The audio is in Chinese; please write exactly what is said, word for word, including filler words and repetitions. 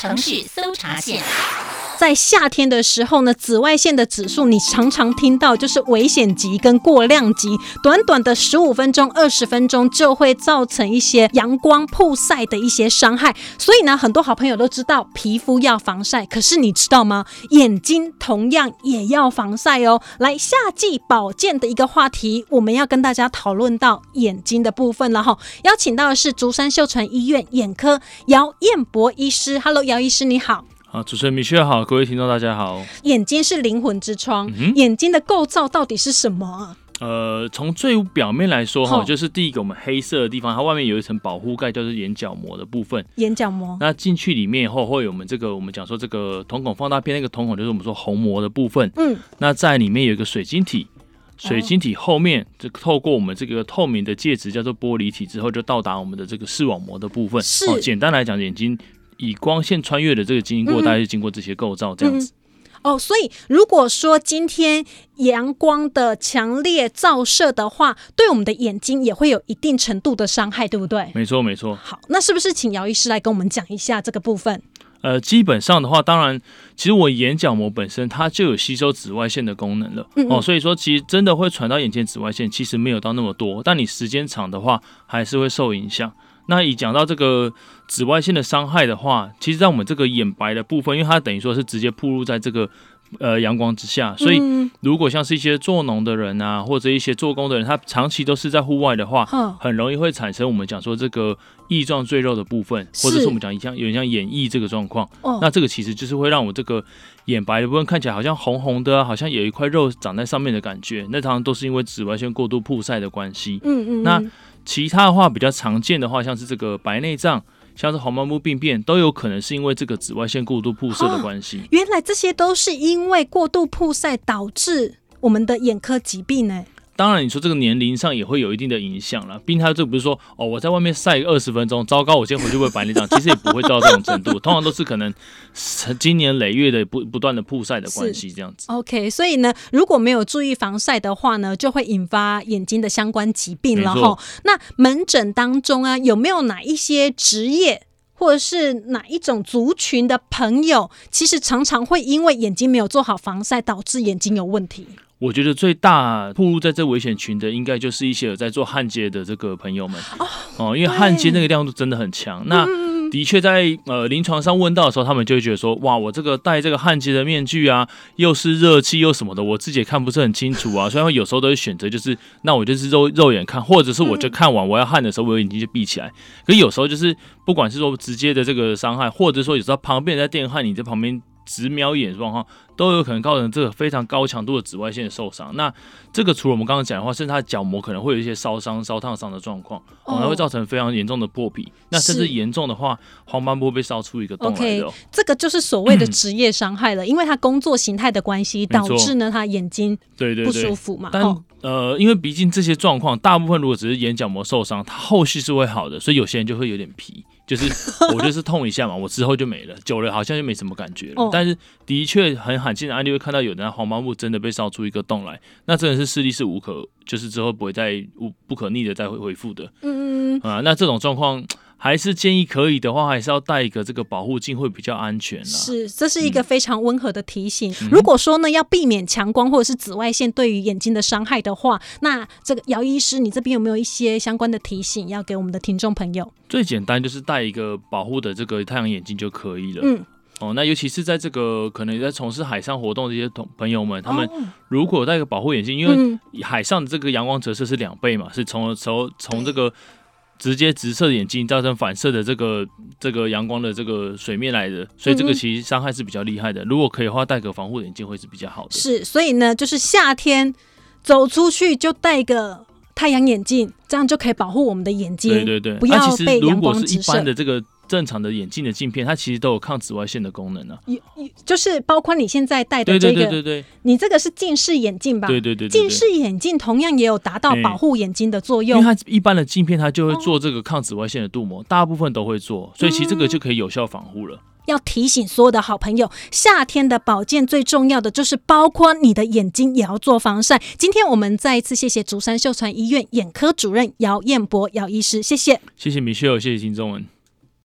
程序搜查线。 在夏天的时候呢，紫外线的指数你常常听到就是危险级跟过量级，短短的十五分钟、二十分钟就会造成一些阳光曝晒的一些伤害。所以呢，很多好朋友都知道皮肤要防晒，可是你知道吗？眼睛同样也要防晒哦。来，夏季保健的一个话题，我们要跟大家讨论到眼睛的部分了哈。邀请到的是竹山秀传医院眼科姚彦博医师。Hello， 姚医师你好。 好，主持人米歇尔好，各位听众大家好。 眼睛是灵魂之窗、嗯、眼睛的构造到底是什么啊？ 呃，从最表面来说哈、哦，就是第一个我们黑色的地方，它外面有一层保护盖，叫做眼角膜的部分。 眼角膜。那进去里面以后会有我们这个我们讲说这个瞳孔放大片，那个瞳孔就是我们说虹膜的部分。嗯。那在里面有一个水晶体，水晶体后面就透过我们这个透明的介质叫做玻璃体之后，就到达我们的这个视网膜的部分。 是。 哦、简单来讲，眼睛以光线穿越的这个经过，嗯、大概是经过这些构造这样子。 嗯、哦，所以如果说今天阳光的强烈照射的话，对我们的眼睛也会有一定程度的伤害，对不对？ 没错，没错。 好，那是不是请姚医师来跟我们讲一下这个部分？ 呃，基本上的话，当然，其实我眼角膜本身它就有吸收紫外线的功能了，嗯嗯哦，所以说其实真的会传到眼前紫外线，其实没有到那么多，但你时间长的话，还是会受影响。那以讲到这个紫外线的伤害的话，其实在我们这个眼白的部分，因为它等于说是直接暴露在这个呃阳光之下，所以如果像是一些做农的人啊，或者一些做工的人，他长期都是在户外的话，很容易会产生我们讲说这个翼状赘肉的部分，或者是我们讲像有点像眼翳这个状况。哦、那这个其实就是会让我这个眼白的部分看起来好像红红的、啊，好像有一块肉长在上面的感觉。那常常都是因为紫外线过度曝晒的关系。嗯 嗯, 嗯。那其他的话比较常见的话，像是这个白内障，像是黄斑部病变，都有可能是因为这个紫外线过度曝射的关系、哦。 原来这些都是因为过度曝晒导致我们的眼科疾病呢。 当然，你说这个年龄上也会有一定的影响啦。毕竟它这不是说哦，我在外面晒二十分钟，糟糕，我今天回去会白内障，其实也不会到这种程度。通常都是可能经年累月的不不断的曝晒的关系，这样子。 OK， 所以呢，如果没有注意防晒的话呢，就会引发眼睛的相关疾病了哈。那门诊当中啊，有没有哪一些职业？或者是哪一种族群的朋友，其实常常会因为眼睛没有做好防晒，导致眼睛有问题。 我觉得最大暴露在这危险群的，应该就是一些有在做焊接的这个朋友们哦, 哦，因为焊接那个亮度真的很强。那的确在呃临床上问到的时候，他们就会觉得说，哇，我这个戴这个焊接的面具啊，又是热气又什么的，我自己也看不是很清楚啊。所以有时候都会选择就是，那我就是肉肉眼看，或者是我就看完我要焊的时候，我眼睛就闭起来。可是有时候就是不管是说直接的这个伤害，或者说有时候旁边人在电焊，你在旁边直瞄眼状况，都有可能造成这个非常高强度的紫外线的受伤。那这个除了我们刚刚讲的话，甚至它的角膜可能会有一些烧伤、烧烫伤的状况，哦，它会造成非常严重的破皮。那甚至严重的话，黄斑部会被烧出一个洞来的、哦。 OK， 这个就是所谓的职业伤害了，嗯、因为它工作形态的关系，导致呢他眼睛不舒服嘛。 对对对，但呃，因为毕竟这些状况，大部分如果只是眼角膜受伤，它后续是会好的，所以有些人就会有点皮。就是我就是痛一下嘛，我之后就没了，久了好像就没什么感觉了。哦、但是的确很罕见的案例会看到有人黄斑部真的被烧出一个洞来，那真的是视力是无可，就是之后不会再无不可逆的再恢复的。嗯啊，那这种状况还是建议可以的话，还是要戴一个这个保护镜会比较安全啦。 是，这是一个非常温和的提醒。嗯、如果说呢要避免强光或者是紫外线对于眼睛的伤害的话，那这个姚医师，你这边有没有一些相关的提醒要给我们的听众朋友？ 最简单就是戴一个保护的这个太阳眼镜就可以了。嗯。哦，那尤其是在这个可能在从事海上活动的这些朋友们，他们如果戴一个保护眼镜，因为海上的这个阳光折射是两倍嘛，是从从从这个直接直射眼睛造成反射的这个这个阳光的这个水面来的，所以这个其实伤害是比较厉害的。如果可以的话，戴个防护眼镜会是比较好的。 是，所以呢，就是夏天走出去就戴个太阳眼镜，这样就可以保护我们的眼睛。对对对，不要被阳光直射。 如果是一般的这个正常的眼镜的镜片，它其实都有抗紫外线的功能啊。 就是包括你现在戴的这个， 对对对对对， 你这个是近视眼镜吧？ 对对 对, 对, 对, 对， 近视眼镜同样也有达到保护眼睛的作用。 因为它一般的镜片它就会做这个抗紫外线的镀膜，大部分都会做，所以其实这个就可以有效防护了。嗯， 要提醒所有的好朋友，夏天的保健最重要的就是包括你的眼睛也要做防晒。今天我们再一次谢谢竹山秀传医院眼科主任姚彦博姚医师，谢谢， 谢谢米歇尔，谢谢金钟文。